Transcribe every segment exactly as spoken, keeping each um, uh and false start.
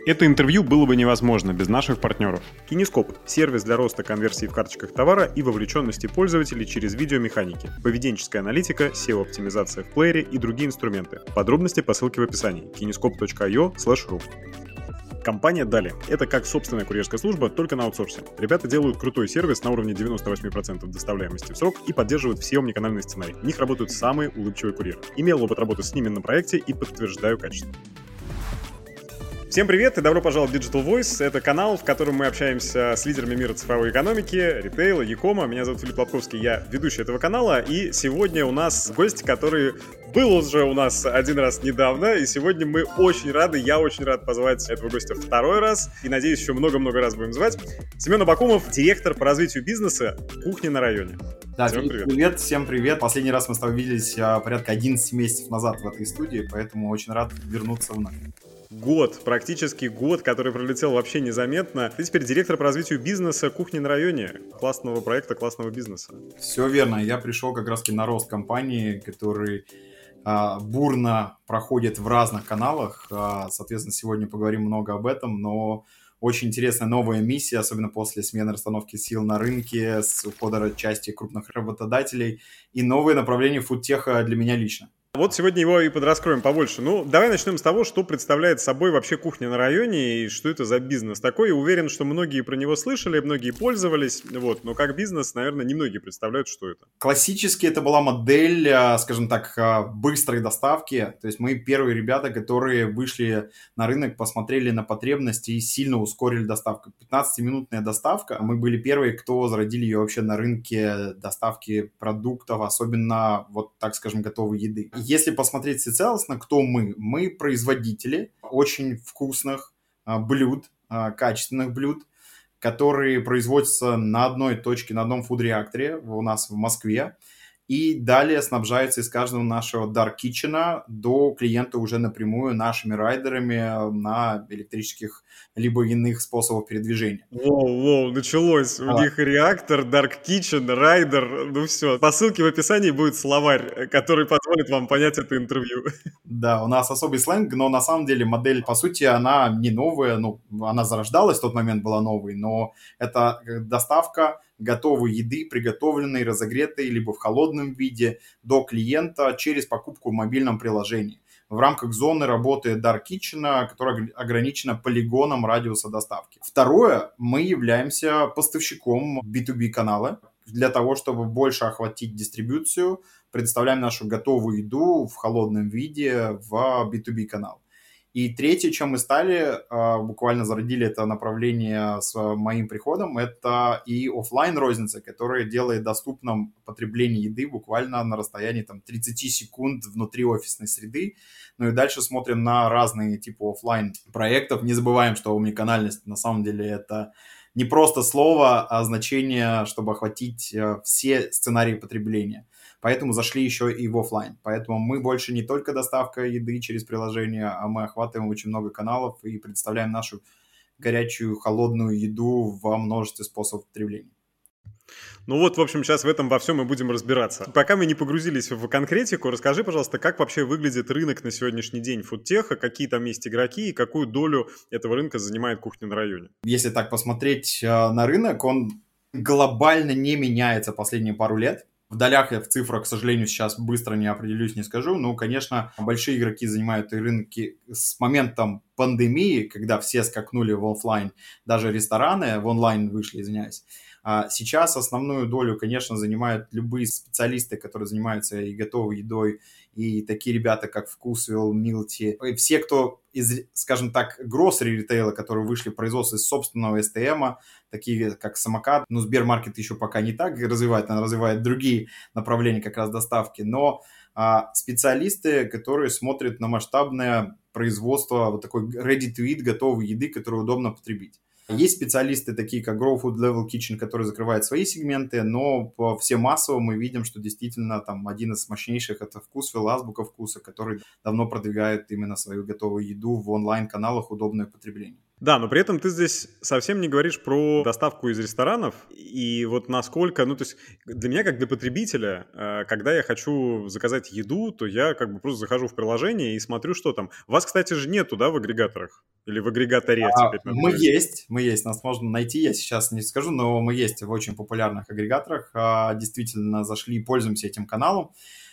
Это интервью было бы невозможно без наших партнеров. Кинескоп – сервис для роста конверсии в карточках товара и вовлеченности пользователей через видеомеханики, поведенческая аналитика, сео-оптимизация в плеере и другие инструменты. Подробности по ссылке в описании кинескоп точка ай о слэш ру. Компания Dali – это как собственная курьерская служба, только на аутсорсе. Ребята делают крутой сервис на уровне девяносто восемь процентов доставляемости в срок и поддерживают все омниканальные сценарии. В них работают самые улыбчивые курьеры. Имел опыт работы с ними на проекте и подтверждаю качество. Всем привет и добро пожаловать в Digital Voice. Это канал, в котором мы общаемся с лидерами мира цифровой экономики, ритейла, e-кома. Меня зовут Филипп Лобковский, я ведущий этого канала. И сегодня у нас гость, который был уже у нас один раз недавно. И сегодня мы очень рады, я очень рад позвать этого гостя второй раз. И надеюсь, еще много-много раз будем звать. Семен Абакумов, директор по развитию бизнеса «Кухня на районе». Да, Семен, привет. привет, всем привет. Последний раз мы с тобой виделись порядка одиннадцать месяцев назад в этой студии, поэтому очень рад вернуться вновь. Год, практически год, который пролетел вообще незаметно. Ты теперь директор по развитию бизнеса «Кухни на районе», классного проекта, классного бизнеса. Все верно, я пришел как раз-таки на рост компании, который а, бурно проходит в разных каналах. А, соответственно, сегодня поговорим много об этом, но очень интересная новая миссия, особенно после смены расстановки сил на рынке, с ухода части крупных работодателей и новые направления фудтеха для меня лично. Вот сегодня его и подраскроем побольше. Ну, давай начнем с того, что представляет собой вообще «Кухня на районе» и что это за бизнес такой. И уверен, что многие про него слышали, многие пользовались, вот, но как бизнес, наверное, немногие представляют, что это. Классически это была модель, скажем так, быстрой доставки. То есть мы первые ребята, которые вышли на рынок, посмотрели на потребности и сильно ускорили доставку. пятнадцатиминутная доставка. Мы были первые, кто зародили ее вообще на рынке доставки продуктов, особенно, вот так скажем, готовой еды. Если посмотреть всецелостно, кто мы? Мы производители очень вкусных а, блюд, а, качественных блюд, которые производятся на одной точке, на одном фуд-реакторе у нас в Москве. И далее снабжаются из каждого нашего Dark Kitchen до клиента уже напрямую нашими райдерами на электрических либо иных способах передвижения. Воу-воу, началось. А. У них реактор, Dark Kitchen, райдер, ну все. По ссылке в описании будет словарь, который позволит вам понять это интервью. Да, у нас особый сленг, но на самом деле модель, по сути, она не новая, ну, она зарождалась, в тот момент была новой, но это доставка готовой еды, приготовленной, разогретой, либо в холодном виде до клиента через покупку в мобильном приложении. В рамках зоны работы Dark Kitchen, которая ограничена полигоном радиуса доставки. Второе, мы являемся поставщиком би ту би канала. Для того, чтобы больше охватить дистрибуцию, предоставляем нашу готовую еду в холодном виде в би ту би канал. И третье, чем мы стали, буквально зародили это направление с моим приходом, это и офлайн розница, которая делает доступным потребление еды буквально на расстоянии там, тридцать секунд внутри офисной среды. Ну и дальше смотрим на разные типы офлайн проектов. Не забываем, что омниканальность на самом деле это не просто слово, а значение, чтобы охватить все сценарии потребления. Поэтому зашли еще и в офлайн. Поэтому мы больше не только доставка еды через приложение, а мы охватываем очень много каналов и представляем нашу горячую, холодную еду во множестве способов потребления. Ну вот, в общем, сейчас в этом во всем мы будем разбираться. Пока мы не погрузились в конкретику, расскажи, пожалуйста, как вообще выглядит рынок на сегодняшний день фудтеха, какие там есть игроки и какую долю этого рынка занимает «Кухня на районе». Если так посмотреть на рынок, он глобально не меняется последние пару лет. В долях я в цифрах, к сожалению, сейчас быстро не определюсь, не скажу. Но, конечно, большие игроки занимают и рынки с моментом пандемии, когда все скакнули в офлайн, даже рестораны в онлайн вышли, извиняюсь. А сейчас основную долю, конечно, занимают любые специалисты, которые занимаются и готовой едой, и такие ребята, как Вкусвилл, Милти. И все, кто из, скажем так, гроссери ритейла, которые вышли в производство из собственного эс тэ эм, такие как Самокат. Ну, Сбермаркет еще пока не так развивает, он развивает другие направления как раз доставки. Но а, специалисты, которые смотрят на масштабное производство вот такой ready-to-eat, готовой еды, которую удобно потребить. Есть специалисты, такие как Grow Food Level Kitchen, которые закрывают свои сегменты, но по всем массово мы видим, что действительно там один из мощнейших — это Вкусвилл, Азбука Вкуса, который давно продвигает именно свою готовую еду в онлайн-каналах, удобное потребление. Да, но при этом ты здесь совсем не говоришь про доставку из ресторанов. И вот насколько, ну, то есть для меня, как для потребителя, э, когда я хочу заказать еду, то я как бы просто захожу в приложение и смотрю, что там. Вас, кстати же, нету, да, в агрегаторах? Или в агрегаторе А, теперь надо Мы говорить? есть, мы есть, нас можно найти, я сейчас не скажу, но мы есть в очень популярных агрегаторах, а, действительно зашли, пользуемся этим каналом.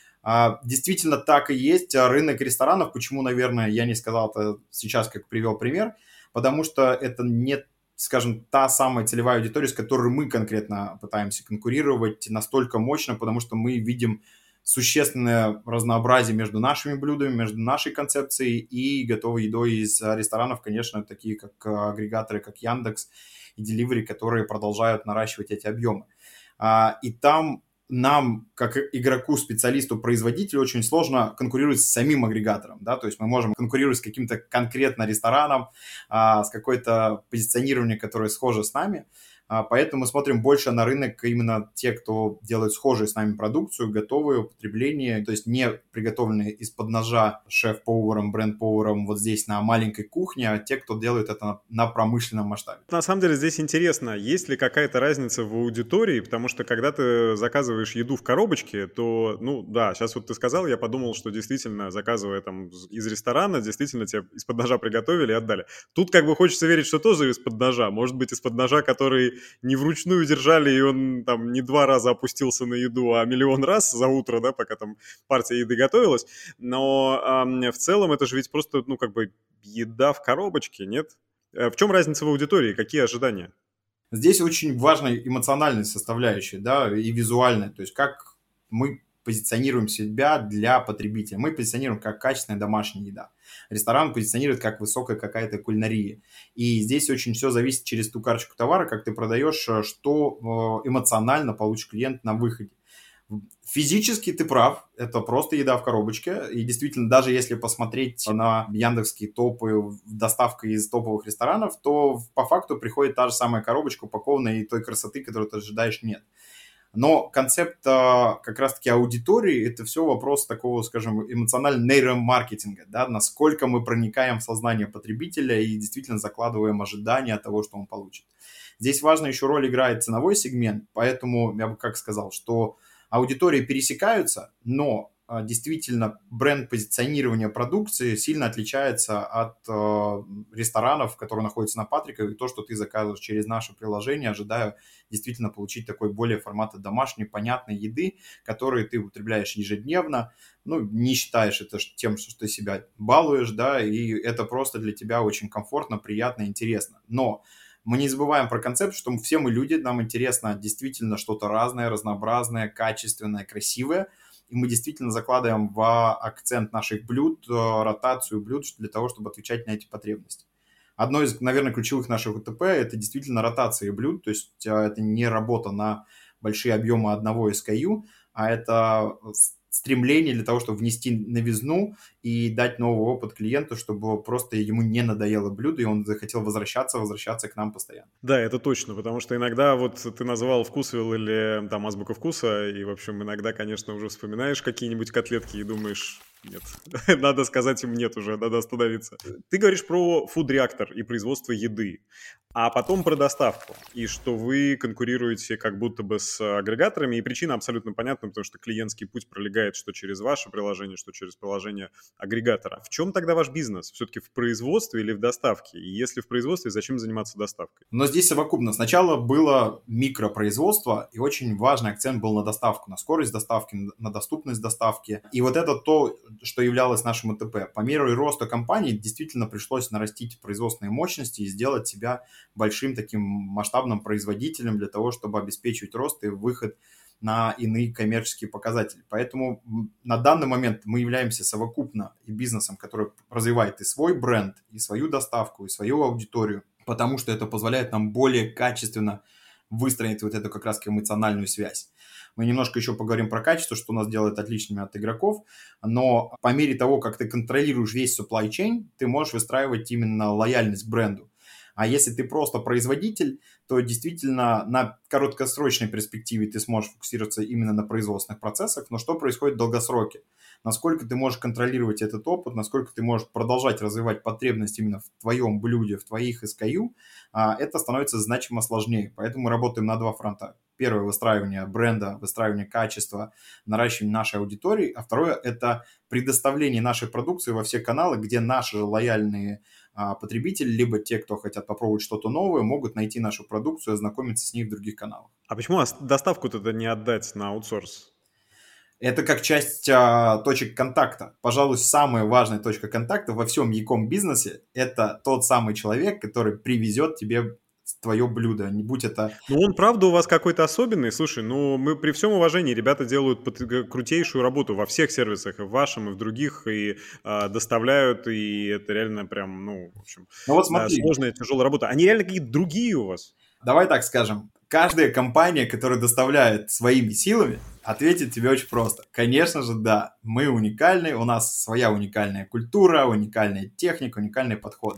А, Действительно так и есть. А Рынок ресторанов, почему, наверное, я не сказал это сейчас, как привел пример, потому что это не, скажем, та самая целевая аудитория, с которой мы конкретно пытаемся конкурировать настолько мощно, потому что мы видим существенное разнообразие между нашими блюдами, между нашей концепцией и готовой едой из а, ресторанов, конечно, такие как а, агрегаторы, как Яндекс и Delivery, которые продолжают наращивать эти объемы. А, И там нам, как игроку, специалисту, производителю, очень сложно конкурировать с самим агрегатором, да, то есть мы можем конкурировать с каким-то конкретно рестораном, а, с какой-то позиционированием, которое схоже с нами, а, поэтому мы смотрим больше на рынок именно те, кто делает схожие с нами продукцию, готовые употребление, то есть не приготовленные из-под ножа шеф-поваром, бренд-поваром вот здесь на маленькой кухне, а те, кто делает это на, на промышленном масштабе. На самом деле здесь интересно, есть ли какая-то разница в аудитории, потому что когда ты заказываешь еду в коробочке, то, ну да, сейчас вот ты сказал, я подумал, что действительно, заказывая там из ресторана, действительно тебе из-под ножа приготовили и отдали. Тут как бы хочется верить, что тоже из-под ножа, может быть из-под ножа, который не вручную держали, и он там не два раза опустился на еду, а миллион раз за утро, да, пока там партия еды готовилась, но ам, в целом это же ведь просто, ну как бы еда в коробочке, нет? Э, В чем разница в аудитории? Какие ожидания? Здесь очень важная эмоциональная составляющая, да, и визуальная, то есть как мы позиционируем себя для потребителя. Мы позиционируем как качественная домашняя еда. Ресторан позиционирует как высокая какая-то кулинария. И здесь очень все зависит через ту карточку товара, как ты продаешь, э, что э, эмоционально получит клиент на выходе. Физически ты прав, это просто еда в коробочке. И действительно, даже если посмотреть на яндексские топы, доставка из топовых ресторанов, то по факту приходит та же самая коробочка, упакованная, и той красоты, которую ты ожидаешь, нет. Но концепт а, как раз-таки аудитории – это все вопрос такого, скажем, эмоционального нейромаркетинга, да, насколько мы проникаем в сознание потребителя и действительно закладываем ожидания того, что он получит. Здесь важно еще роль играет ценовой сегмент, поэтому я бы как сказал, что аудитории пересекаются, но а, действительно бренд позиционирования продукции сильно отличается от э, ресторанов, которые находятся на Патрикове, и то, что ты заказываешь через наше приложение, ожидая действительно получить такой более формата домашней, понятной еды, которую ты употребляешь ежедневно, ну, не считаешь это тем, что ты себя балуешь, да, и это просто для тебя очень комфортно, приятно, интересно. Но мы не забываем про концепт, что все мы люди, нам интересно действительно что-то разное, разнообразное, качественное, красивое, и мы действительно закладываем в акцент наших блюд, э, ротацию блюд для того, чтобы отвечать на эти потребности. Одно из, наверное, ключевых наших УТП – это действительно ротация блюд, то есть э, это не работа на большие объемы одного эс кей ю, а это стремление для того, чтобы внести новизну и дать новый опыт клиенту, чтобы просто ему не надоело блюдо, и он захотел возвращаться, возвращаться к нам постоянно. Да, это точно, потому что иногда вот ты называл вкусвилл или там азбука вкуса, и, в общем, иногда, конечно, уже вспоминаешь какие-нибудь котлетки и думаешь, нет, надо сказать им нет уже, надо остановиться. Ты говоришь про фуд-реактор и производство еды, а потом про доставку, и что вы конкурируете как будто бы с агрегаторами, и причина абсолютно понятна, потому что клиентский путь пролегает что через ваше приложение, что через приложение агрегатора. В чем тогда ваш бизнес? Все-таки в производстве или в доставке? И если в производстве, зачем заниматься доставкой? Но здесь совокупно. Сначала было микропроизводство, и очень важный акцент был на доставку, на скорость доставки, на доступность доставки. И вот это то, что являлось нашим УТП. По мере роста компании действительно пришлось нарастить производственные мощности и сделать себя большим таким масштабным производителем для того, чтобы обеспечивать рост и выход на иные коммерческие показатели. Поэтому на данный момент мы являемся совокупно и бизнесом, который развивает и свой бренд, и свою доставку, и свою аудиторию, потому что это позволяет нам более качественно выстроить вот эту как раз эмоциональную связь. Мы немножко еще поговорим про качество, что нас делает отличными от игроков, но по мере того, как ты контролируешь весь supply chain, ты можешь выстраивать именно лояльность к бренду. А если ты просто производитель, то действительно на короткосрочной перспективе ты сможешь фокусироваться именно на производственных процессах, но что происходит в долгосроке? Насколько ты можешь контролировать этот опыт, насколько ты можешь продолжать развивать потребность именно в твоем блюде, в твоих эс кей ю, это становится значимо сложнее. Поэтому мы работаем на два фронта. Первое – выстраивание бренда, выстраивание качества, наращивание нашей аудитории. А второе – это предоставление нашей продукции во все каналы, где наши лояльные а, потребители, либо те, кто хотят попробовать что-то новое, могут найти нашу продукцию и ознакомиться с ней в других каналах. А почему доставку-то не отдать на аутсорс? Это как часть а, точек контакта. Пожалуй, самая важная точка контакта во всем e-com бизнесе – это тот самый человек, который привезет тебе твое блюдо, не будь это... Ну, он, правда, у вас какой-то особенный. Слушай, ну, мы при всем уважении, ребята делают крутейшую работу во всех сервисах, и в вашем, и в других, и э, доставляют, и это реально прям, ну, в общем, ну, вот да, сложная, тяжелая работа. Они реально какие-то другие у вас? Давай так скажем. Каждая компания, которая доставляет своими силами, ответит тебе очень просто. Конечно же, да, мы уникальны, у нас своя уникальная культура, уникальная техника, уникальный подход.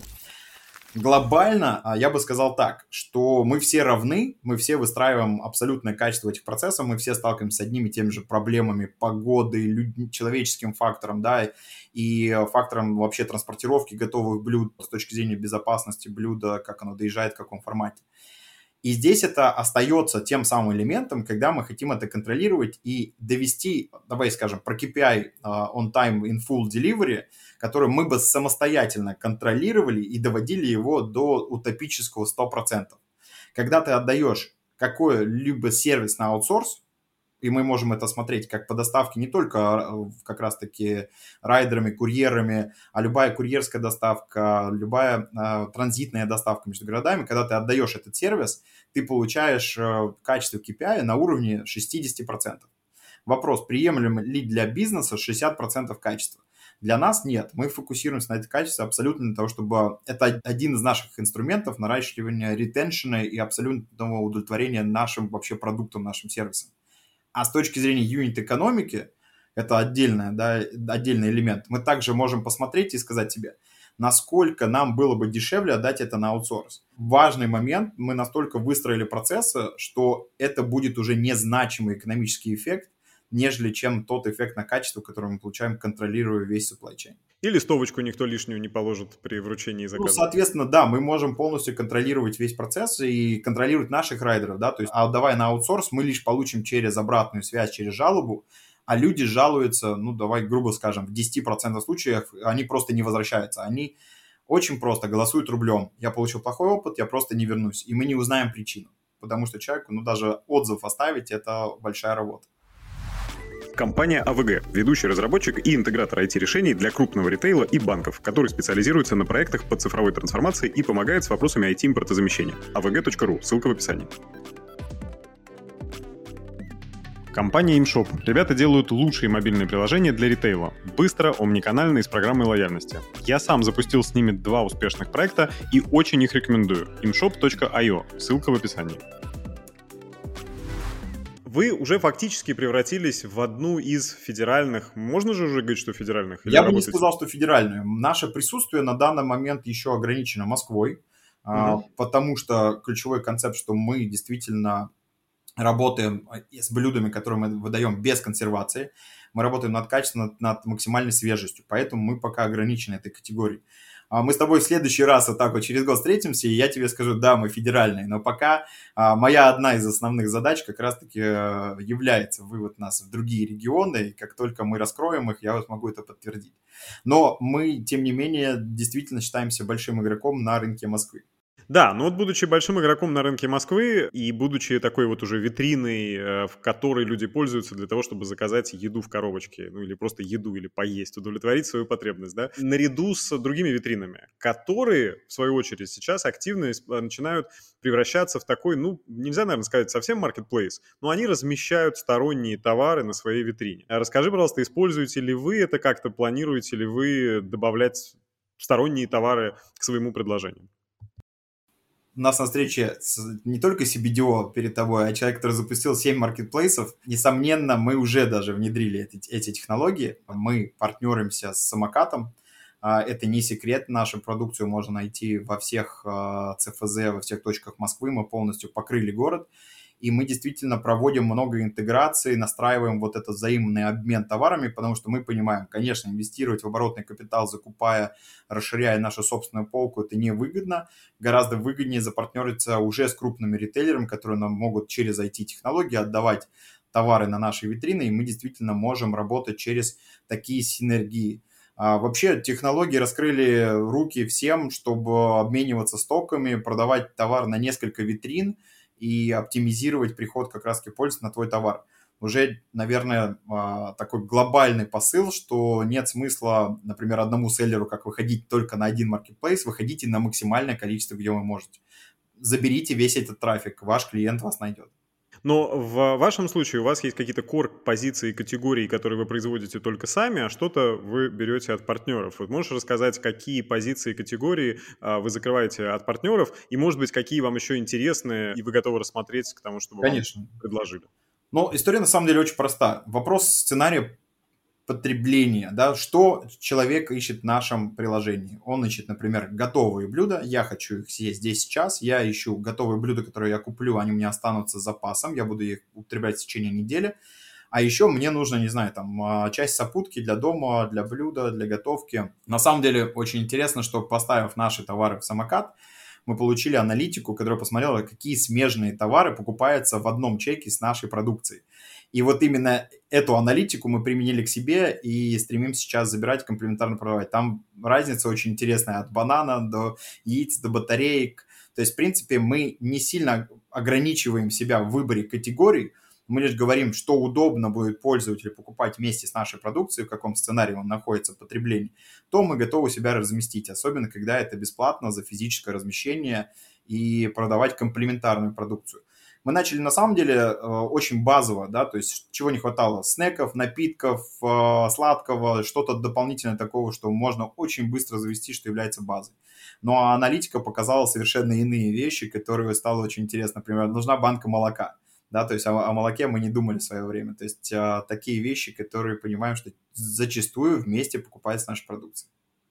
Глобально я бы сказал так, что мы все равны, мы все выстраиваем абсолютное качество этих процессов, мы все сталкиваемся с одними и теми же проблемами погоды, люд... человеческим фактором, да, и фактором вообще транспортировки готовых блюд с точки зрения безопасности блюда, как оно доезжает, в каком формате. И здесь это остается тем самым элементом, когда мы хотим это контролировать и довести, давай скажем, про кей пи ай uh, on time in full delivery, который мы бы самостоятельно контролировали и доводили его до утопического сто процентов. Когда ты отдаешь какой-либо сервис на аутсорс, и мы можем это смотреть как по доставке не только как раз-таки райдерами, курьерами, а любая курьерская доставка, любая э, транзитная доставка между городами, когда ты отдаешь этот сервис, ты получаешь э, качество кей пи ай на уровне шестьдесят процентов. Вопрос, приемлем ли для бизнеса шестьдесят процентов качества? Для нас нет. Мы фокусируемся на это качестве абсолютно для того, чтобы... Это один из наших инструментов наращивания ретеншена и абсолютного удовлетворения нашим вообще продуктом, нашим сервисом. А с точки зрения юнит-экономики, это отдельный, да, отдельный элемент, мы также можем посмотреть и сказать себе, насколько нам было бы дешевле отдать это на аутсорс. Важный момент, мы настолько выстроили процессы, что это будет уже незначимый экономический эффект, нежели чем тот эффект на качество, который мы получаем, контролируя весь supply chain. И листовочку никто лишнюю не положит при вручении заказа. Ну, соответственно, да, мы можем полностью контролировать весь процесс и контролировать наших райдеров, да, то есть, а отдавая на аутсорс, мы лишь получим через обратную связь, через жалобу, а люди жалуются, ну, давай грубо скажем, в десять процентов случаев они просто не возвращаются, они очень просто голосуют рублем. Я получил плохой опыт, я просто не вернусь, и мы не узнаем причину, потому что человеку, ну, даже отзыв оставить, это большая работа. Компания а вэ гэ – ведущий разработчик и интегратор ай ти-решений для крупного ритейла и банков, который специализируется на проектах по цифровой трансформации и помогает с вопросами ай ти-импортозамещения. а вэ гэ точка ру, ссылка в описании. Компания ImShop. Ребята делают лучшие мобильные приложения для ритейла. Быстро, омниканально и с программой лояльности. Я сам запустил с ними два успешных проекта и очень их рекомендую. имшоп точка ай о, ссылка в описании. Вы уже фактически превратились в одну из федеральных, можно же уже говорить, что федеральных? Я бы не сказал, что федеральную. Наше присутствие на данный момент еще ограничено Москвой, угу. потому что ключевой концепт, что мы действительно работаем с блюдами, которые мы выдаем без консервации, мы работаем над качеством, над, над максимальной свежестью, поэтому мы пока ограничены этой категорией. Мы с тобой в следующий раз вот так вот через год встретимся, и я тебе скажу, да, мы федеральные, но пока а, моя одна из основных задач как раз-таки а, является вывод нас в другие регионы, и как только мы раскроем их, я вот могу это подтвердить. Но мы, тем не менее, действительно считаемся большим игроком на рынке Москвы. Да, но вот будучи большим игроком на рынке Москвы и будучи такой вот уже витриной, в которой люди пользуются для того, чтобы заказать еду в коробочке, ну или просто еду, или поесть, удовлетворить свою потребность, да, наряду с другими витринами, которые, в свою очередь, сейчас активно начинают превращаться в такой, ну, нельзя, наверное, сказать совсем marketplace, но они размещают сторонние товары на своей витрине. Расскажи, пожалуйста, используете ли вы это как-то, планируете ли вы добавлять сторонние товары к своему предложению? У нас на встрече не только си би ди о перед тобой, а человек, который запустил семь маркетплейсов. Несомненно, мы уже даже внедрили эти, эти технологии. Мы партнеримся с Самокатом. А, Это не секрет, нашу продукцию можно найти во всех а, цэ эф зэ, во всех точках Москвы, мы полностью покрыли город. И мы действительно проводим много интеграций, настраиваем вот этот взаимный обмен товарами, потому что мы понимаем, конечно, инвестировать в оборотный капитал, закупая, расширяя нашу собственную полку, это невыгодно. Гораздо выгоднее запартнериться уже с крупными ритейлерами, которые нам могут через ай ти-технологии отдавать товары на наши витрины, и мы действительно можем работать через такие синергии. А вообще технологии раскрыли руки всем, чтобы обмениваться стоками, продавать товар на несколько витрин и оптимизировать приход как раз-таки пользователя на твой товар. Уже, наверное, такой глобальный посыл, что нет смысла, например, одному селлеру, как выходить только на один маркетплейс, выходите на максимальное количество, где вы можете. Заберите весь этот трафик, ваш клиент вас найдет. Но в вашем случае у вас есть какие-то core-позиции, категории, которые вы производите только сами, а что-то вы берете от партнеров. Вот можешь рассказать, какие позиции, категории а, вы закрываете от партнеров, и, может быть, какие вам еще интересны, и вы готовы рассмотреть к тому, чтобы Конечно. вам предложили? Но история на самом деле очень проста. Вопрос сценария потребления, да, что человек ищет в нашем приложении. Он ищет, например, готовые блюда, я хочу их съесть здесь сейчас, я ищу готовые блюда, которые я куплю, они у меня останутся с запасом, я буду их употреблять в течение недели, а еще мне нужно, не знаю, там, часть сопутки для дома, для блюда, для готовки. На самом деле очень интересно, что поставив наши товары в самокат, мы получили аналитику, которая посмотрела, какие смежные товары покупаются в одном чеке с нашей продукцией. И вот именно эту аналитику мы применили к себе и стремимся сейчас забирать, комплементарно продавать. Там разница очень интересная от банана до яиц, до батареек. То есть, в принципе, мы не сильно ограничиваем себя в выборе категорий, мы лишь говорим, что удобно будет пользователю покупать вместе с нашей продукцией, в каком сценарии он находится в потреблении, то мы готовы себя разместить, особенно когда это бесплатно за физическое размещение и продавать комплементарную продукцию. Мы начали на самом деле очень базово, да, то есть чего не хватало: снеков, напитков, сладкого, что-то дополнительное такого, что можно очень быстро завести, что является базой. Но аналитика показала совершенно иные вещи, которые стало очень интересно. Например, нужна банка молока. Да, то есть о, о молоке мы не думали в свое время. То есть а, такие вещи, которые понимаем, что зачастую вместе покупается наша продукция.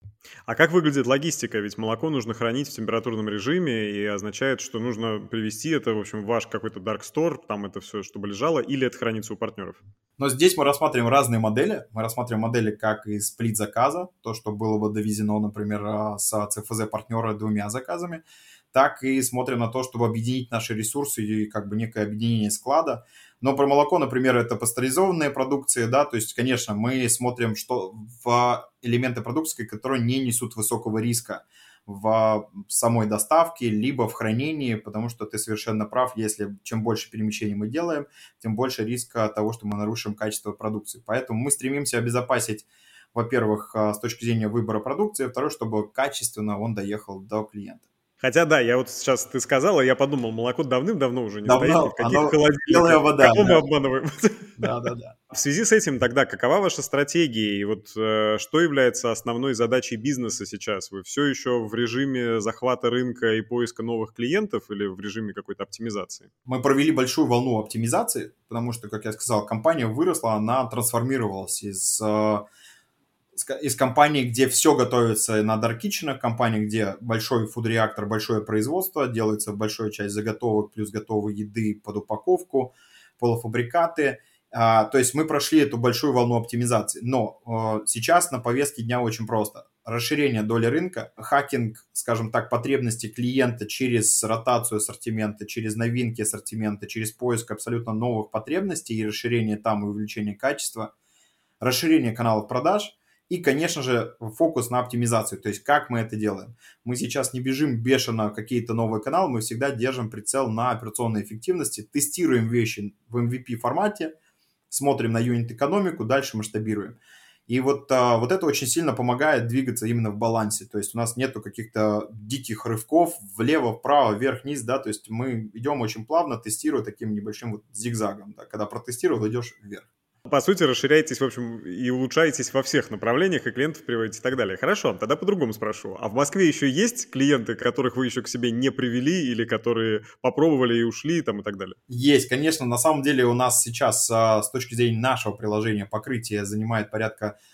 А как выглядит логистика? Ведь молоко нужно хранить в температурном режиме, и означает, что нужно привезти это, в общем, в ваш какой-то dark store, там это все, чтобы лежало, или это хранится у партнеров? Но здесь мы рассматриваем разные модели. Мы рассматриваем модели как из сплит-заказа, то, что было бы довезено, например, с цэ эф зэ-партнера двумя заказами, так и смотрим на то, чтобы объединить наши ресурсы и как бы некое объединение склада. Но про молоко, например, это пастеризованные продукции, да, то есть, конечно, мы смотрим что в элементы продукции, которые не несут высокого риска в самой доставке, либо в хранении, потому что ты совершенно прав, если чем больше перемещений мы делаем, тем больше риска того, что мы нарушим качество продукции. Поэтому мы стремимся обезопасить, во-первых, с точки зрения выбора продукции, а второе, чтобы качественно он доехал до клиента. Хотя, да, я вот сейчас ты сказала, я подумал, молоко давным-давно уже не Давно, стоит ни в каких оно холодильниках. белая вода, Кого да. мы обманываем? Да, да, да. В связи с этим тогда какова ваша стратегия? И вот э, что является основной задачей бизнеса сейчас? Вы все еще в режиме захвата рынка и поиска новых клиентов или в режиме какой-то оптимизации? Мы провели большую волну оптимизации, потому что, как я сказал, компания выросла, она трансформировалась из... из компании, где все готовится на Dark Kitchen, компании, где большой фуд-реактор, большое производство, делается большая часть заготовок, плюс готовой еды под упаковку, полуфабрикаты. А, то есть мы прошли эту большую волну оптимизации. Но а, сейчас на повестке дня очень просто. Расширение доли рынка, хакинг, скажем так, потребностей клиента через ротацию ассортимента, через новинки ассортимента, через поиск абсолютно новых потребностей и расширение там и увеличение качества, расширение каналов продаж. И, конечно же, фокус на оптимизацию, то есть как мы это делаем. Мы сейчас не бежим бешено в какие-то новые каналы, мы всегда держим прицел на операционной эффективности, тестируем вещи в эм ви пи формате, смотрим на юнит-экономику, дальше масштабируем. И вот, а, вот это очень сильно помогает двигаться именно в балансе, то есть у нас нету каких-то диких рывков влево, вправо, вверх, вниз, да, то есть мы идем очень плавно, тестируя таким небольшим вот зигзагом, да, когда протестировал, идешь вверх. По сути, расширяетесь, в общем, и улучшаетесь во всех направлениях, и клиентов приводите и так далее. Хорошо, тогда по-другому спрошу. А в Москве еще есть клиенты, которых вы еще к себе не привели, или которые попробовали и ушли, там, и так далее? Есть, конечно. На самом деле у нас сейчас с точки зрения нашего приложения покрытие занимает порядка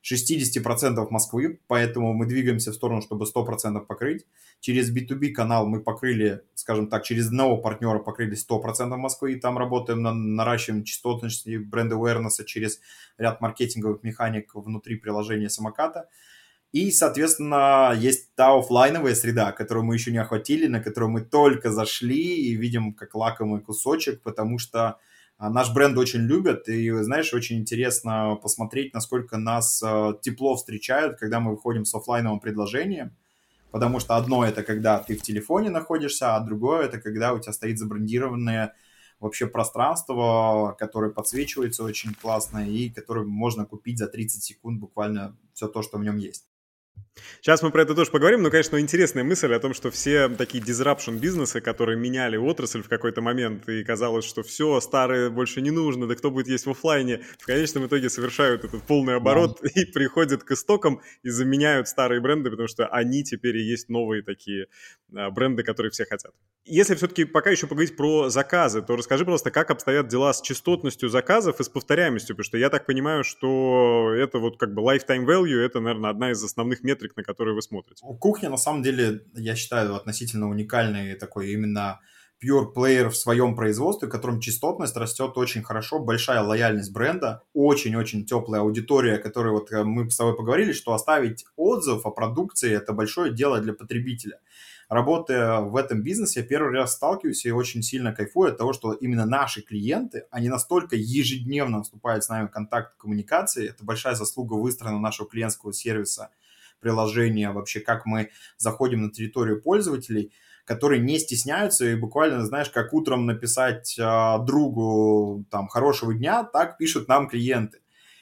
шестьдесят процентов Москвы, поэтому мы двигаемся в сторону, чтобы сто процентов покрыть. Через би ту би канал мы покрыли, скажем так, через одного партнера покрыли сто процентов Москвы, и там работаем на наращиванием частотности, бренд-ауэрнеса через ряд маркетинговых механик внутри приложения самоката. И, соответственно, есть та оффлайновая среда, которую мы еще не охватили, на которую мы только зашли и видим как лакомый кусочек, потому что а, наш бренд очень любят, и, знаешь, очень интересно посмотреть, насколько нас а, тепло встречают, когда мы выходим с оффлайновым предложением, потому что одно это когда ты в телефоне находишься, а другое это когда у тебя стоит забрендированное вообще пространство, которое подсвечивается очень классно и которое можно купить за тридцать секунд буквально все то, что в нем есть. Сейчас мы про это тоже поговорим, но, конечно, интересная мысль о том, что все такие disruption бизнесы, которые меняли отрасль в какой-то момент, и казалось, что все, старое больше не нужно, да кто будет есть в офлайне, в конечном итоге совершают этот полный оборот да. и приходят к истокам и заменяют старые бренды, потому что они теперь и есть новые такие а, бренды, которые все хотят. Если все-таки пока еще поговорить про заказы, то расскажи, пожалуйста, как обстоят дела с частотностью заказов и с повторяемостью, потому что я так понимаю, что это вот как бы lifetime value, это, наверное, одна из основных метрик, на которые вы смотрите. Кухня, на самом деле, я считаю, относительно уникальный такой именно pure player в своем производстве, в котором частотность растет очень хорошо, большая лояльность бренда, очень-очень теплая аудитория, которой вот мы с тобой поговорили, что оставить отзыв о продукции – это большое дело для потребителя. Работая в этом бизнесе, я первый раз сталкиваюсь и очень сильно кайфую от того, что именно наши клиенты, они настолько ежедневно вступают с нами в контакт коммуникации, это большая заслуга выстроена нашего клиентского сервиса, приложения, вообще как мы заходим на территорию пользователей, которые не стесняются и буквально, знаешь, как утром написать э, другу там хорошего дня, так пишут нам клиенты.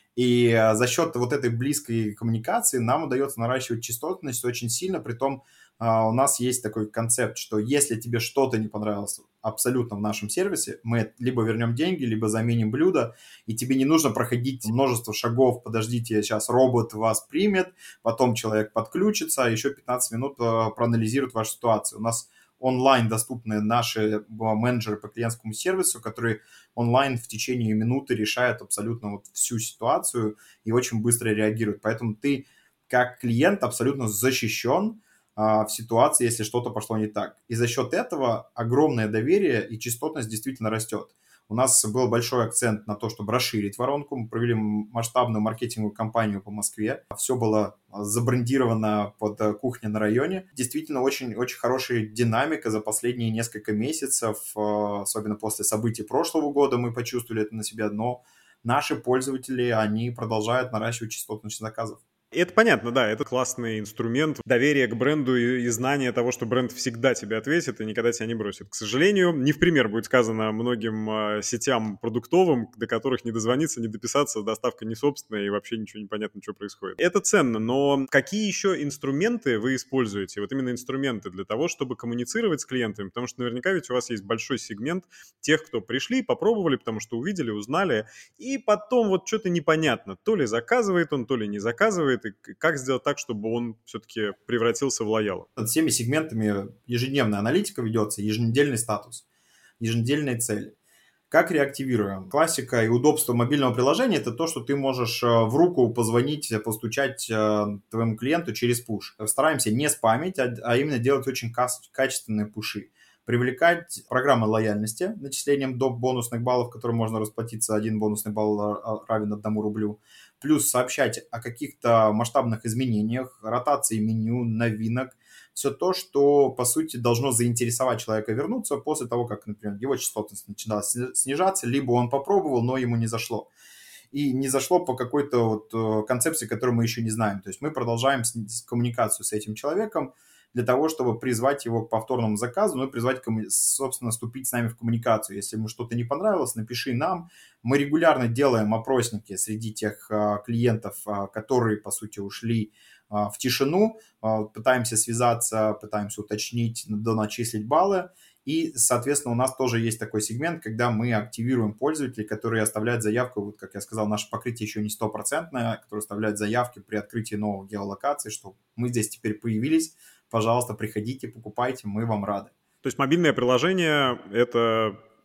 И э, за счет вот этой близкой коммуникации нам удается наращивать частотность очень сильно, при том э, у нас есть такой концепт, что если тебе что-то не понравилось абсолютно в нашем сервисе, мы либо вернем деньги, либо заменим блюдо, и тебе не нужно проходить множество шагов, подождите, сейчас робот вас примет, потом человек подключится, а еще пятнадцать минут э, проанализирует вашу ситуацию. У нас онлайн доступны наши менеджеры по клиентскому сервису, которые онлайн в течение минуты решают абсолютно вот всю ситуацию и очень быстро реагируют. Поэтому ты как клиент абсолютно защищен а, в ситуации, если что-то пошло не так. И за счет этого огромное доверие и частотность действительно растет. У нас был большой акцент на то, чтобы расширить воронку. Мы провели масштабную маркетинговую кампанию по Москве. Все было забрендировано под кухню на районе. Действительно, очень-очень хорошая динамика за последние несколько месяцев, особенно после событий прошлого года мы почувствовали это на себе. Но наши пользователи, они продолжают наращивать частотность заказов. Это понятно, да, это классный инструмент доверия к бренду и, и знания того, что бренд всегда тебе ответит и никогда тебя не бросит. К сожалению, не в пример будет сказано многим э, сетям продуктовым, до которых не дозвониться, не дописаться, доставка не собственная и вообще ничего не понятно, что происходит. Это ценно, но какие еще инструменты вы используете, вот именно инструменты для того, чтобы коммуницировать с клиентами? Потому что наверняка ведь у вас есть большой сегмент тех, кто пришли, попробовали, потому что увидели, узнали, и потом вот что-то непонятно, то ли заказывает он, то ли не заказывает. И как сделать так, чтобы он все-таки превратился в лояла? Над всеми сегментами ежедневная аналитика ведется, еженедельный статус, еженедельные цели. Как реактивируем? Классика и удобство мобильного приложения – это то, что ты можешь в руку позвонить, постучать твоему клиенту через пуш. Стараемся не спамить, а именно делать очень качественные пуши. Привлекать программы лояльности начислением доп. Бонусных баллов, которые можно расплатиться, один бонусный балл равен одному рублю. Плюс сообщать о каких-то масштабных изменениях, ротации меню, новинок. Все то, что, по сути, должно заинтересовать человека вернуться после того, как, например, его частотность начинала снижаться, либо он попробовал, но ему не зашло. И не зашло по какой-то вот концепции, которую мы еще не знаем. То есть мы продолжаем коммуникацию с этим человеком, для того, чтобы призвать его к повторному заказу, ну и призвать, собственно, вступить с нами в коммуникацию. Если ему что-то не понравилось, напиши нам. Мы регулярно делаем опросники среди тех а, клиентов, а, которые, по сути, ушли а, в тишину, а, пытаемся связаться, пытаемся уточнить, доначислить баллы. И, соответственно, у нас тоже есть такой сегмент, когда мы активируем пользователей, которые оставляют заявку, вот как я сказал, наше покрытие еще не стопроцентное, которые оставляют заявки при открытии новых геолокаций, что мы здесь теперь появились, пожалуйста, приходите, покупайте, мы вам рады. То есть мобильное приложение – это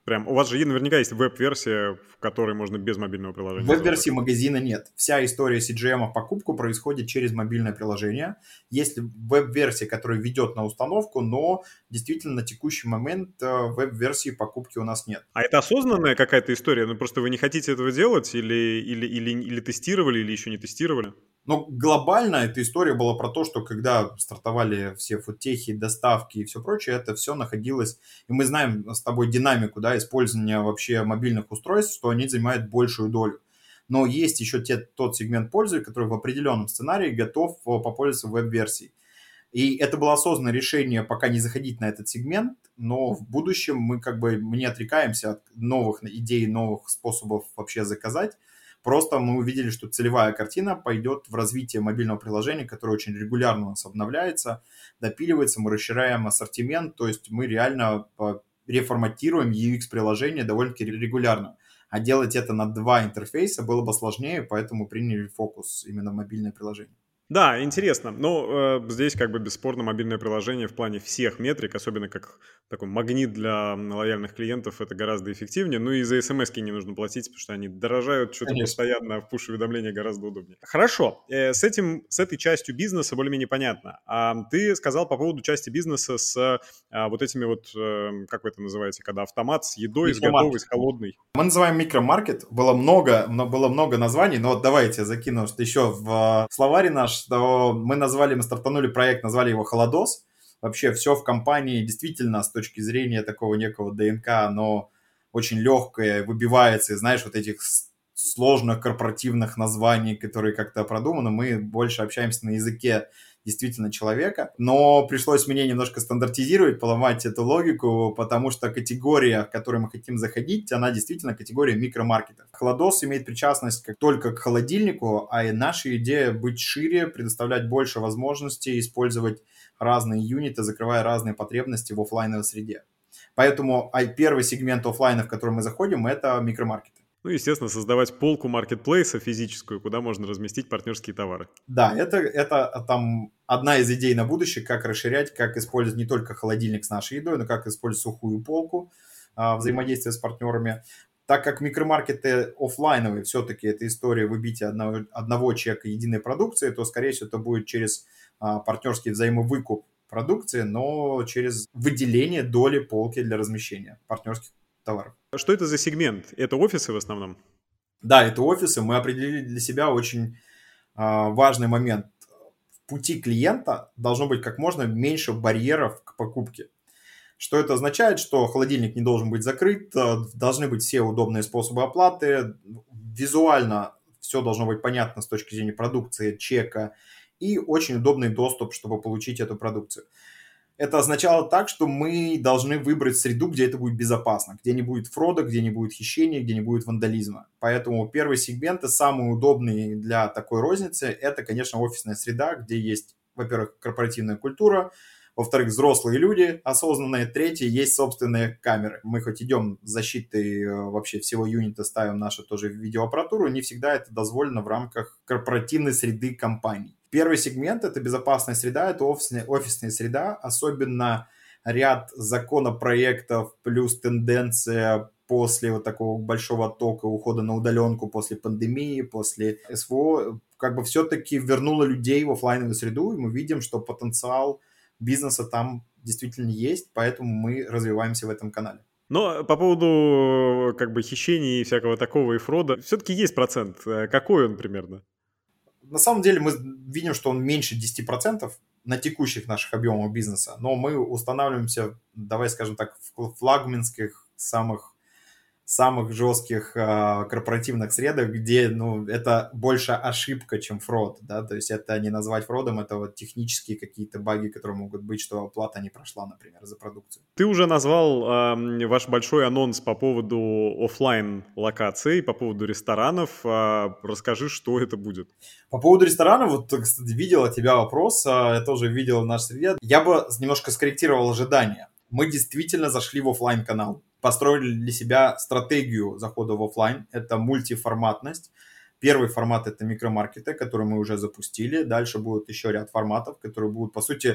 Прям у вас же наверняка есть веб-версия, в которой можно без мобильного приложения. Веб-версии магазина нет. Вся история си джи эм в покупку происходит через мобильное приложение. Есть веб-версия, которая ведет на установку, но действительно на текущий момент веб-версии покупки у нас нет. А это осознанная какая-то история? Ну просто вы не хотите этого делать или, или, или, или тестировали, или еще не тестировали? Но глобально эта история была про то, что когда стартовали все фудтехи, доставки и все прочее, это все находилось, и мы знаем с тобой динамику, да, использования вообще мобильных устройств, что они занимают большую долю. Но есть еще те, тот сегмент пользователей, который в определенном сценарии готов попользоваться веб-версией. И это было осознанное решение пока не заходить на этот сегмент, но в будущем мы как бы мы не отрекаемся от новых идей, новых способов вообще заказать. Просто мы увидели, что целевая картина пойдет в развитие мобильного приложения, которое очень регулярно у нас обновляется, допиливается, мы расширяем ассортимент, то есть мы реально реформатируем ю экс-приложение довольно-таки регулярно. А делать это на два интерфейса было бы сложнее, поэтому приняли фокус именно в мобильное приложение. Да, интересно. Но э, здесь как бы бесспорно мобильное приложение в плане всех метрик, особенно как такой магнит для лояльных клиентов, это гораздо эффективнее. Ну и за смс-ки не нужно платить, потому что они дорожают, что-то Конечно. постоянно в пуш-уведомления гораздо удобнее. Хорошо, э, с этим, с этой частью бизнеса более-менее понятно. А ты сказал по поводу части бизнеса с а, вот этими вот, э, как вы это называете, когда автомат с едой, с готовой, с холодной. Мы называем микромаркет. Было много, было много названий, но вот давайте закину что еще в словарь наш, что мы назвали, мы стартанули проект, назвали его «Холодос». Вообще все в компании действительно с точки зрения такого некого ДНК, оно очень легкое, выбивается из, знаешь, вот этих сложных корпоративных названий, которые как-то продуманы. Мы больше общаемся на языке действительно человека, но пришлось мне немножко стандартизировать, поломать эту логику, потому что категория, в которую мы хотим заходить, она действительно категория микромаркетов. Холодос имеет причастность как только к холодильнику, а наша идея быть шире, предоставлять больше возможностей, использовать разные юниты, закрывая разные потребности в офлайновой среде. Поэтому первый сегмент офлайна, в который мы заходим, это микромаркеты. Ну, естественно, создавать полку маркетплейса физическую, куда можно разместить партнерские товары. Да, это, это там одна из идей на будущее, как расширять, как использовать не только холодильник с нашей едой, но как использовать сухую полку, взаимодействие с партнерами. Так как микромаркеты офлайновые, все-таки это история выбития одного, одного чека единой продукции, то, скорее всего, это будет через партнерский взаимовыкуп продукции, но через выделение доли полки для размещения партнерских товаров. Что это за сегмент? Это офисы в основном? Да, это офисы. Мы определили для себя очень а, важный момент. В пути клиента должно быть как можно меньше барьеров к покупке. Что это означает? Что холодильник не должен быть закрыт, должны быть все удобные способы оплаты, визуально все должно быть понятно с точки зрения продукции, чека и очень удобный доступ, чтобы получить эту продукцию. Это означало так, что мы должны выбрать среду, где это будет безопасно, где не будет фрода, где не будет хищения, где не будет вандализма. Поэтому первый сегмент и самый удобный для такой розницы – это, конечно, офисная среда, где есть, во-первых, корпоративная культура, во-вторых, взрослые люди осознанные, третье, есть собственные камеры. Мы хоть идем с защитой вообще всего юнита, ставим нашу тоже видеоаппаратуру, не всегда это дозволено в рамках корпоративной среды компаний. Первый сегмент – это безопасная среда, это офисная, офисная среда, особенно ряд законопроектов плюс тенденция после вот такого большого оттока ухода на удаленку, после пандемии, после СВО, как бы все-таки вернуло людей в офлайновую среду, и мы видим, что потенциал бизнеса там действительно есть, поэтому мы развиваемся в этом канале. Но по поводу как бы хищений и всякого такого и фрода, все-таки есть процент. Какой он примерно? На самом деле мы видим, что он меньше десять процентов на текущих наших объемах бизнеса, но мы устанавливаемся, давай скажем так, в флагманских самых самых жестких э, корпоративных средах, где, ну, это больше ошибка, чем фрод, да, то есть это не назвать фродом, это вот технические какие-то баги, которые могут быть, что оплата не прошла, например, за продукцию. Ты уже назвал э, ваш большой анонс по поводу офлайн локаций, по поводу ресторанов, э, расскажи, что это будет. По поводу ресторанов, вот, кстати, видел от тебя вопрос, э, я тоже видел в нашей среде, я бы немножко скорректировал ожидания. Мы действительно зашли в офлайн канал, построили для себя стратегию захода в офлайн. Это мультиформатность. Первый формат – это микромаркеты, которые мы уже запустили. Дальше будет еще ряд форматов, которые будут, по сути,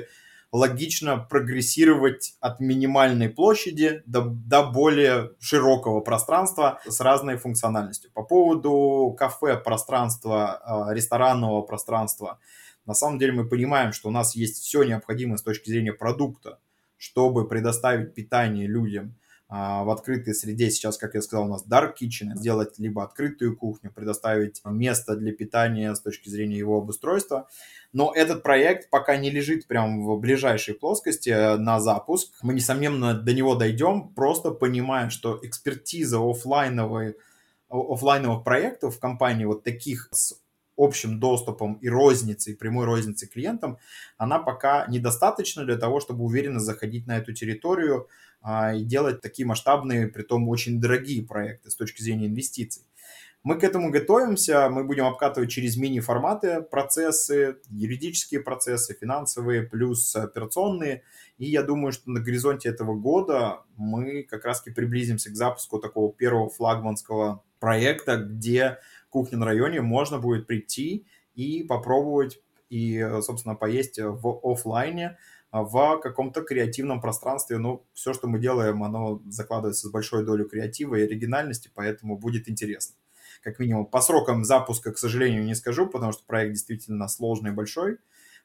логично прогрессировать от минимальной площади до, до более широкого пространства с разной функциональностью. По поводу кафе пространства, ресторанного пространства, на самом деле мы понимаем, что у нас есть все необходимое с точки зрения продукта, чтобы предоставить питание людям в открытой среде. Сейчас, как я сказал, у нас dark kitchen, сделать либо открытую кухню, предоставить место для питания с точки зрения его обустройства. Но этот проект пока не лежит прям в ближайшей плоскости на запуск. Мы, несомненно, до него дойдем, просто понимая, что экспертиза офлайновой, офлайновых проектов в компании вот таких с общим доступом и розницей, прямой розницей клиентам, она пока недостаточна для того, чтобы уверенно заходить на эту территорию а, и делать такие масштабные, притом очень дорогие проекты с точки зрения инвестиций. Мы к этому готовимся, мы будем обкатывать через мини-форматы процессы, юридические процессы, финансовые, плюс операционные. И я думаю, что на горизонте этого года мы как раз-таки приблизимся к запуску такого первого флагманского проекта, где кухня на районе можно будет прийти и попробовать и, собственно, поесть в офлайне, в каком-то креативном пространстве. Ну, все, что мы делаем, оно закладывается с большой долей креатива и оригинальности, поэтому будет интересно. Как минимум, по срокам запуска, к сожалению, не скажу, потому что проект действительно сложный и большой,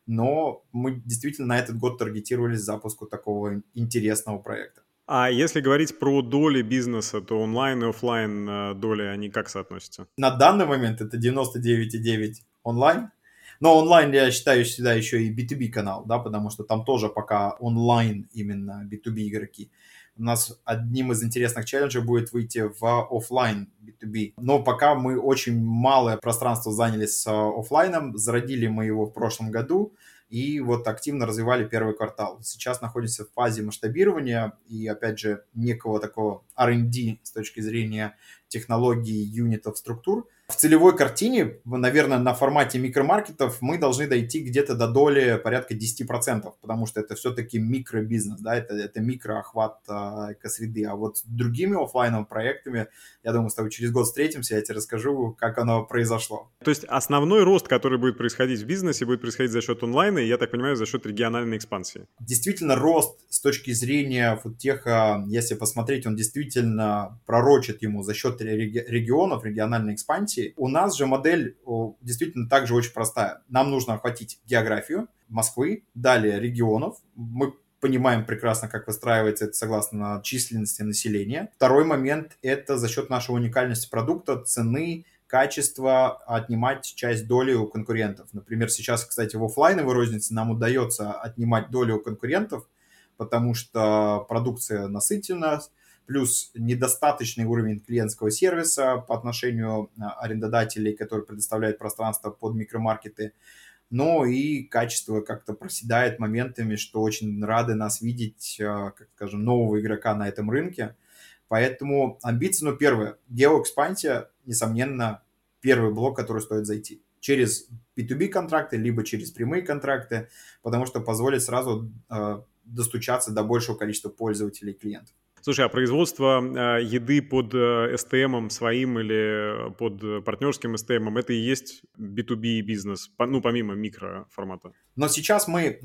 но мы действительно на этот год таргетировались к запуску такого интересного проекта. А если говорить про доли бизнеса, то онлайн и офлайн доли, они как соотносятся? На данный момент это девяносто девять и девять онлайн. Но онлайн я считаю всегда еще и би ту би канал, да, потому что там тоже пока онлайн именно би ту би игроки. У нас одним из интересных челленджей будет выйти в офлайн би ту би. Но пока мы очень малое пространство заняли с офлайном, зародили мы его в прошлом году и вот активно развивали первый квартал. Сейчас находимся в фазе масштабирования и, опять же, некого такого ар энд ди с точки зрения технологий, юнитов, структур. В целевой картине, наверное, на формате микромаркетов мы должны дойти где-то до доли порядка десять процентов, потому что это все-таки микробизнес, да, это, это микроохват э, экосреды. А вот с другими офлайновыми проектами, я думаю, с тобой через год встретимся, я тебе расскажу, как оно произошло. То есть основной рост, который будет происходить в бизнесе, будет происходить за счет онлайна, и, я так понимаю, за счет региональной экспансии. Действительно, рост с точки зрения вот тех, если посмотреть, он действительно пророчит ему за счет регионов, региональной экспансии. У нас же модель действительно также очень простая. Нам нужно охватить географию Москвы, далее регионов. Мы понимаем прекрасно, как выстраивается это согласно численности населения. Второй момент – это за счет нашей уникальности продукта, цены, качества отнимать часть доли у конкурентов. Например, сейчас, кстати, в офлайновой рознице нам удается отнимать долю у конкурентов, потому что продукция насыщена, плюс недостаточный уровень клиентского сервиса по отношению арендодателей, которые предоставляют пространство под микромаркеты. Но и качество как-то проседает моментами, что очень рады нас видеть, как скажем, нового игрока на этом рынке. Поэтому амбиции, ну, первое, геоэкспансия, несомненно, первый блок, который стоит зайти. Через би ту би контракты, либо через прямые контракты, потому что позволит сразу э, достучаться до большего количества пользователей и клиентов. Слушай, а производство э, еды под э, эс тэ эм своим или под партнерским эс тэ эм, это и есть би ту би бизнес, по, ну, помимо микроформата? Но сейчас мы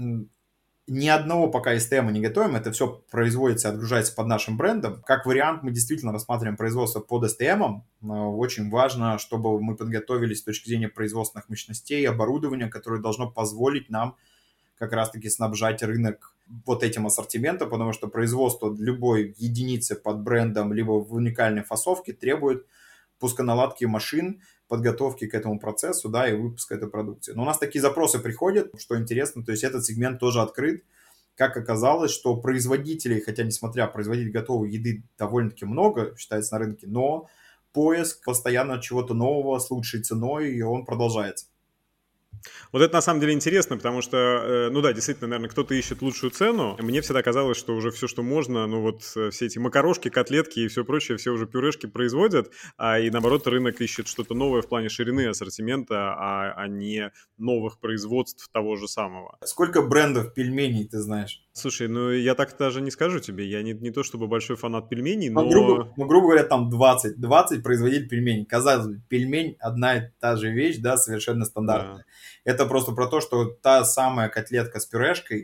ни одного пока эс тэ эм не готовим, это все производится и отгружается под нашим брендом. Как вариант, мы действительно рассматриваем производство под эс тэ эм. Очень важно, чтобы мы подготовились с точки зрения производственных мощностей, оборудования, которое должно позволить нам как раз-таки снабжать рынок вот этим ассортиментом, потому что производство любой единицы под брендом либо в уникальной фасовке требует пусконаладки машин, подготовки к этому процессу, да, и выпуска этой продукции. Но у нас такие запросы приходят, что интересно, то есть этот сегмент тоже открыт. Как оказалось, что производителей, хотя несмотря производить готовой еды довольно-таки много, считается на рынке, но поиск постоянно чего-то нового с лучшей ценой, и он продолжается. Вот это на самом деле интересно, потому что, ну да, действительно, наверное, кто-то ищет лучшую цену. Мне всегда казалось, что уже все, что можно, ну вот все эти макарошки, котлетки и все прочее, все уже пюрешки производят, а и наоборот рынок ищет что-то новое в плане ширины ассортимента, а, а не новых производств того же самого. Сколько брендов пельменей ты знаешь? Слушай, ну я так даже не скажу тебе, я не, не то чтобы большой фанат пельменей, но... Ну, грубо, ну, грубо говоря, там двадцать, двадцать производителей пельменей. Казалось бы, пельмень одна и та же вещь, да, совершенно стандартная. Да. Это просто про то, что та самая котлетка с пюрешкой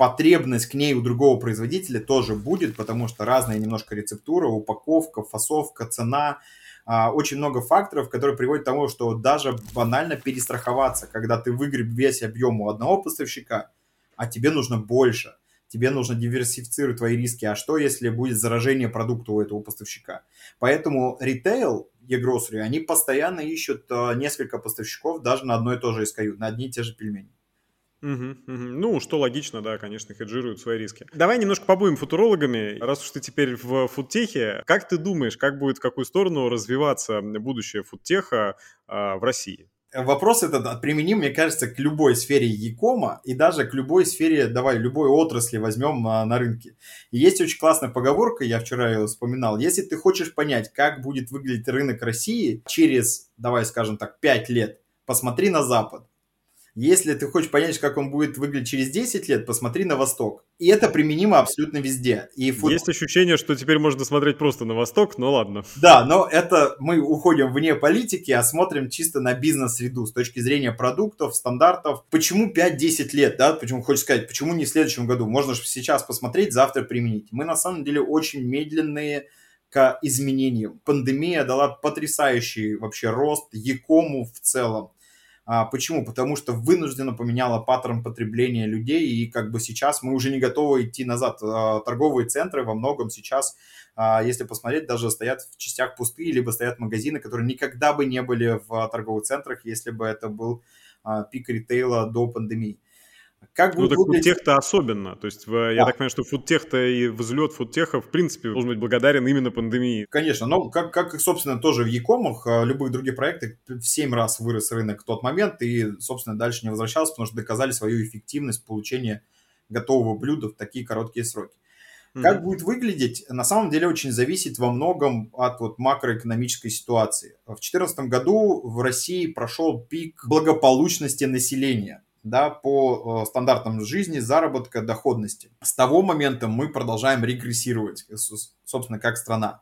потребность к ней у другого производителя тоже будет, потому что разная немножко рецептура, упаковка, фасовка, цена. Очень много факторов, которые приводят к тому, что даже банально перестраховаться, когда ты выгреб весь объем у одного поставщика, а тебе нужно больше. Тебе нужно диверсифицировать твои риски. А что, если будет заражение продукта у этого поставщика? Поэтому ритейл, e-grocery, они постоянно ищут несколько поставщиков даже на одно и то же эс кей ю, на одни и те же пельмени. Угу, угу. Ну, что логично, да, конечно, хеджируют свои риски. Давай немножко побудем футурологами. Раз уж ты теперь в фудтехе, как ты думаешь, как будет, в какую сторону развиваться будущее фудтеха а, в России? Вопрос этот применим, мне кажется, к любой сфере e-кома и даже к любой сфере, давай, любой отрасли возьмем на, на рынке. И есть очень классная поговорка, я вчера ее вспоминал. Если ты хочешь понять, как будет выглядеть рынок России через, давай скажем так, пять лет, посмотри на Запад. Если ты хочешь понять, как он будет выглядеть через десять лет, посмотри на Восток. И это применимо абсолютно везде. И фут... Есть ощущение, что теперь можно смотреть просто на Восток, но ладно. Да, но это мы уходим вне политики, а смотрим чисто на бизнес-среду с точки зрения продуктов, стандартов. Почему пять-десять лет, да? Почему хочешь сказать, почему не в следующем году? Можно же сейчас посмотреть, завтра применить. Мы на самом деле очень медленные к изменениям. Пандемия дала потрясающий вообще рост e-кому в целом. А, почему? Потому что вынужденно поменяла паттерн потребления людей, и как бы сейчас мы уже не готовы идти назад. А, торговые центры во многом сейчас, а, если посмотреть, даже стоят в частях пустые, либо стоят магазины, которые никогда бы не были в торговых центрах, если бы это был а, пик ритейла до пандемии. Как ну, так выглядеть... фудтех-то особенно. То есть, да. Я так понимаю, что фудтех-то и взлет фудтеха, в принципе, должен быть благодарен именно пандемии. Конечно, но как, как собственно, тоже в e-комах, любых других проектах, в семь раз вырос рынок в тот момент, и, собственно, дальше не возвращался, потому что доказали свою эффективность получения готового блюда в такие короткие сроки. Mm-hmm. Как будет выглядеть, на самом деле очень зависит во многом от вот макроэкономической ситуации. В две тысячи четырнадцатом году в России прошел пик благополучности населения. Да, по стандартам жизни, заработка, доходности. С того момента мы продолжаем регрессировать, собственно, как страна.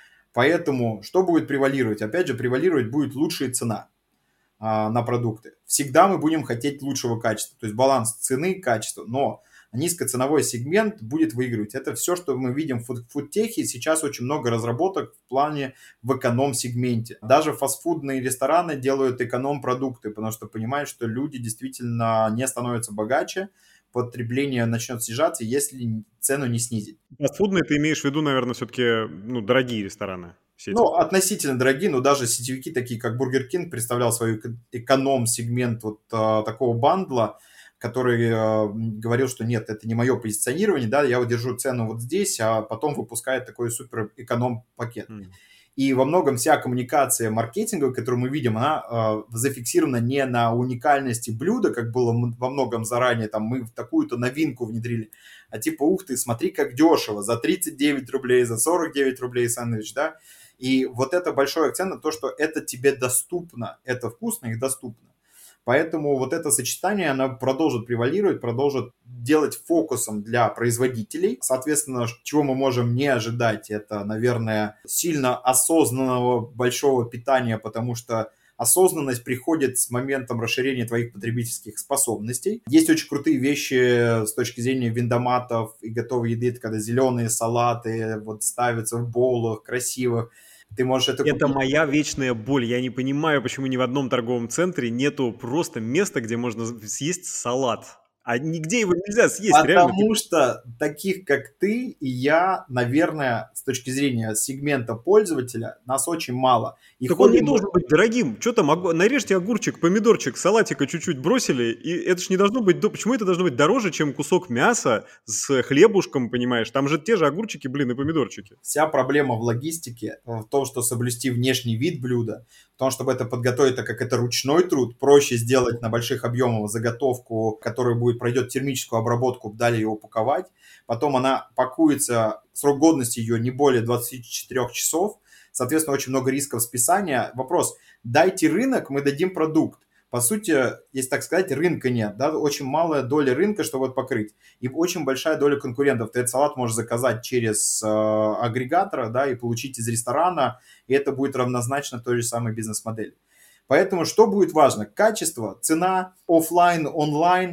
Поэтому что будет превалировать? Опять же, превалировать будет лучшая цена а, на продукты. Всегда мы будем хотеть лучшего качества, то есть баланс цены и качества, но низкоценовой сегмент будет выигрывать. Это все, что мы видим в фудтехе. Сейчас очень много разработок в плане в эконом-сегменте. Даже фастфудные рестораны делают эконом-продукты, потому что понимают, что люди действительно не становятся богаче, потребление начнет снижаться, если цену не снизить. Фастфудные ты имеешь в виду, наверное, все-таки ну, дорогие рестораны? Сети. Ну, относительно дорогие, но даже сетевики, такие как Burger King, представлял свой эконом-сегмент вот а, такого бандла, который э, говорил, что нет, это не мое позиционирование, да, я вот держу цену вот здесь, а потом выпускает такой супер эконом-пакет. Mm. И во многом вся коммуникация маркетинговая, которую мы видим, она э, зафиксирована не на уникальности блюда, как было во многом заранее, там мы в такую-то новинку внедрили, а типа, ух ты, смотри, как дешево, за тридцать девять рублей, за сорок девять рублей сэндвич, да, и вот это большой акцент на то, что это тебе доступно, это вкусно и доступно. Поэтому вот это сочетание, оно продолжит превалировать, продолжит делать фокусом для производителей. Соответственно, чего мы можем не ожидать, это, наверное, сильно осознанного большого питания, потому что осознанность приходит с моментом расширения твоих потребительских способностей. Есть очень крутые вещи с точки зрения виндоматов и готовой еды, когда зеленые салаты вот ставятся в боулах красивых. Ты можешь это Это купить. Моя вечная боль. Я не понимаю, почему ни в одном торговом центре нету просто места, где можно съесть салат. А нигде его нельзя съесть, Потому реально. Потому что таких, как ты и я, наверное, с точки зрения сегмента пользователя, нас очень мало. И так он не должен быть дорогим. Что там, нарежьте огурчик, помидорчик, салатика чуть-чуть бросили, и это ж не должно быть... Почему это должно быть дороже, чем кусок мяса с хлебушком, понимаешь? Там же те же огурчики, блин, и помидорчики. Вся проблема в логистике, в том, что соблюсти внешний вид блюда, в том, чтобы это подготовить, так как это ручной труд, проще сделать на больших объемах заготовку, которая будет пройдет термическую обработку, далее ее упаковать. Потом она пакуется, срок годности ее не более двадцати четырёх часов. Соответственно, очень много рисков списания. Вопрос, дайте рынок, мы дадим продукт. По сути, если так сказать, рынка нет. Да? Очень малая доля рынка, чтобы вот покрыть. И очень большая доля конкурентов. Ты этот салат можешь заказать через э, агрегатора, да, и получить из ресторана, и это будет равнозначно той же самой бизнес-модели. Поэтому что будет важно? Качество, цена, офлайн, онлайн,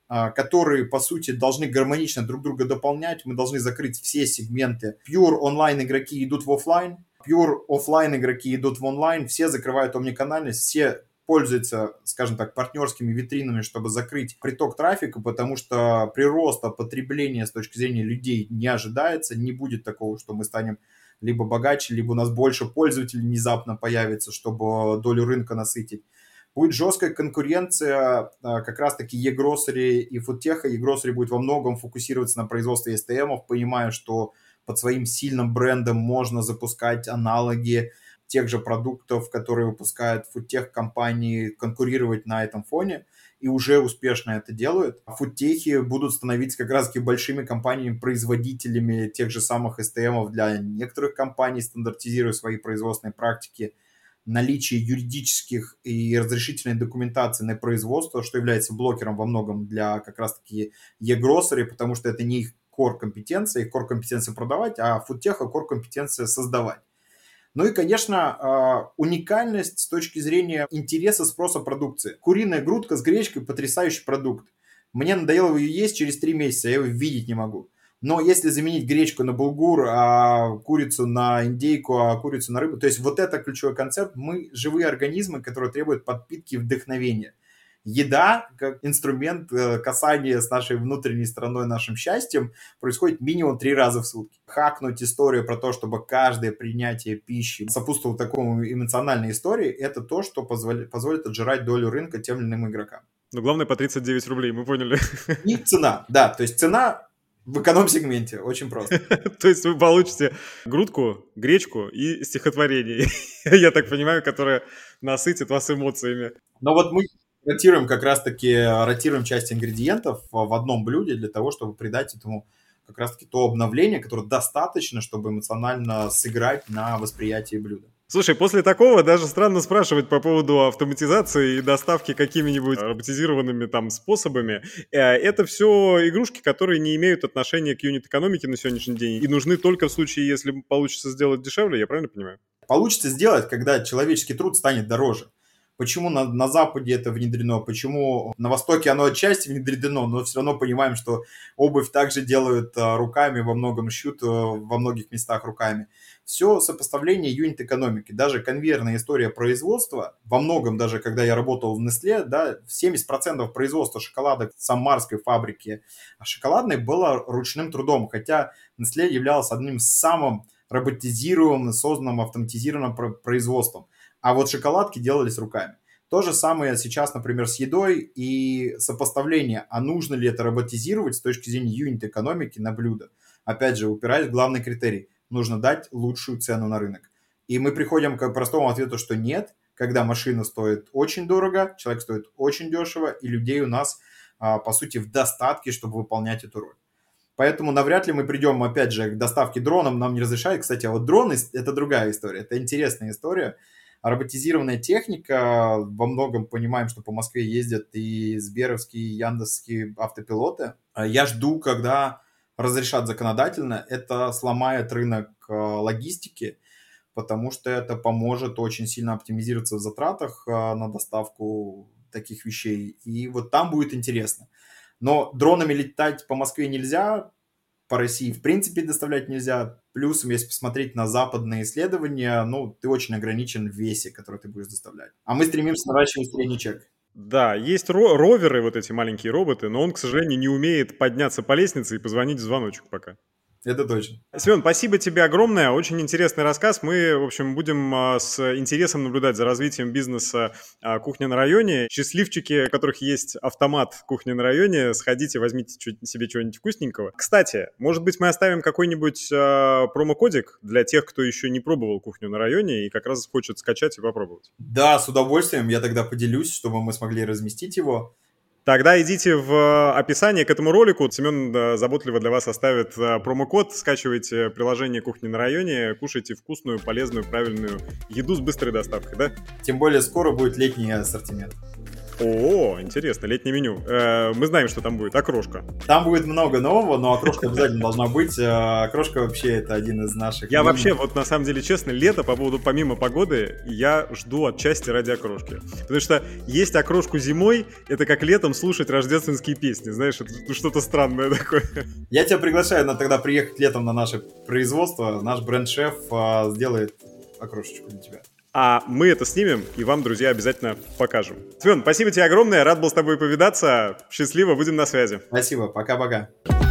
которые, по сути, должны гармонично друг друга дополнять. Мы должны закрыть все сегменты. Pure онлайн игроки идут в офлайн, pure офлайн игроки идут в онлайн, все закрывают омниканальность, все пользуются, скажем так, партнерскими витринами, чтобы закрыть приток трафика, потому что прироста потребления с точки зрения людей не ожидается, не будет такого, что мы станем либо богаче, либо у нас больше пользователей внезапно появится, чтобы долю рынка насытить. Будет жесткая конкуренция, как раз-таки e-grocery и фудтеха. E-grocery будет во многом фокусироваться на производстве эс тэ эмов, понимая, что под своим сильным брендом можно запускать аналоги тех же продуктов, которые выпускают фудтех-компании, конкурировать на этом фоне, и уже успешно это делают. Фудтехи будут становиться как раз-таки большими компаниями, производителями тех же самых эс тэ эмов для некоторых компаний, стандартизируя свои производственные практики. Наличие юридических и разрешительной документации на производство, что является блокером во многом для как раз-таки e-grocery, потому что это не их core-компетенция, их core-компетенция продавать, а фудтеха core-компетенция создавать. Ну и, конечно, уникальность с точки зрения интереса спроса продукции. Куриная грудка с гречкой – потрясающий продукт. Мне надоело ее есть через три месяца, я его видеть не могу. Но если заменить гречку на булгур, а курицу на индейку, а курицу на рыбу, то есть вот это ключевой концепт. Мы живые организмы, которые требуют подпитки и вдохновения. Еда, как инструмент касания с нашей внутренней стороной, нашим счастьем, происходит минимум три раза в сутки. Хакнуть историю про то, чтобы каждое принятие пищи сопутствовало такому эмоциональной истории, это то, что позволит, позволит отжирать долю рынка тем или иным игрокам. Но главное по тридцать девять рублей, мы поняли. И цена, да, то есть цена в эконом-сегменте, очень просто. То есть вы получите грудку, гречку и стихотворение, я так понимаю, которое насытит вас эмоциями. Но вот мы ротируем как раз-таки, ротируем часть ингредиентов в одном блюде для того, чтобы придать этому как раз-таки то обновление, которое достаточно, чтобы эмоционально сыграть на восприятии блюда. Слушай, после такого даже странно спрашивать по поводу автоматизации и доставки какими-нибудь роботизированными там способами. Это все игрушки, которые не имеют отношения к юнит-экономике на сегодняшний день и нужны только в случае, если получится сделать дешевле, я правильно понимаю? Получится сделать, когда человеческий труд станет дороже. Почему на, на Западе это внедрено, почему на Востоке оно отчасти внедрено, но все равно понимаем, что обувь также делают а, руками, во многом шьют а, во многих местах руками. Все сопоставление юнит-экономики. Даже конвейерная история производства, во многом даже когда я работал в Nestlé, да, семьдесят процентов производства шоколада в самарской фабрике шоколадной было ручным трудом, хотя Nestlé являлась одним из самых роботизируемым, созданным, автоматизированным производством. А вот шоколадки делались руками. То же самое сейчас, например, с едой и сопоставление, а нужно ли это роботизировать с точки зрения юнит-экономики на блюдо. Опять же, упираясь в главный критерий. Нужно дать лучшую цену на рынок. И мы приходим к простому ответу, что нет, когда машина стоит очень дорого, человек стоит очень дешево, и людей у нас, по сути, в достатке, чтобы выполнять эту роль. Поэтому навряд ли мы придем, опять же, к доставке дроном, нам не разрешают. Кстати, а вот дроны – это другая история, это интересная история. Роботизированная техника, во многом понимаем, что по Москве ездят и сберовские, и яндексские автопилоты. Я жду, когда разрешат законодательно, это сломает рынок логистики, потому что это поможет очень сильно оптимизироваться в затратах на доставку таких вещей. И вот там будет интересно. Но дронами летать по Москве нельзя, по России в принципе доставлять нельзя. Плюсом, если посмотреть на западные исследования, ну, ты очень ограничен в весе, который ты будешь доставлять. А мы стремимся наращивать средний чек. Да, есть ро- роверы, вот эти маленькие роботы, но он, к сожалению, не умеет подняться по лестнице и позвонить в звоночек пока. Это точно. Семен, спасибо тебе огромное, очень интересный рассказ. Мы, в общем, будем а, с интересом наблюдать за развитием бизнеса а, «Кухня на районе». Счастливчики, у которых есть автомат «Кухня на районе», сходите, возьмите себе чего-нибудь вкусненького. Кстати, может быть, мы оставим какой-нибудь а, промокодик для тех, кто еще не пробовал «Кухню на районе» и как раз хочет скачать и попробовать. Да, с удовольствием. Я тогда поделюсь, чтобы мы смогли разместить его. Тогда идите в описание к этому ролику. Семен заботливо для вас оставит промокод. Скачивайте приложение «Кухня на районе», кушайте вкусную, полезную, правильную еду с быстрой доставкой, да? Тем более скоро будет летний ассортимент. О, интересно, летнее меню. Э, мы знаем, что там будет окрошка. Там будет много нового, но окрошка обязательно должна быть. Окрошка вообще это один из наших... Я вообще, вот на самом деле, честно, лето, по поводу, помимо погоды, я жду отчасти ради окрошки. Потому что есть окрошку зимой, это как летом слушать рождественские песни, знаешь, это что-то странное такое. Я тебя приглашаю на, тогда приехать летом на наше производство. Наш бренд-шеф а, сделает окрошечку для тебя. А мы это снимем и вам, друзья, обязательно покажем. Семен, спасибо тебе огромное, рад был с тобой повидаться. Счастливо, будем на связи. Спасибо, пока-пока.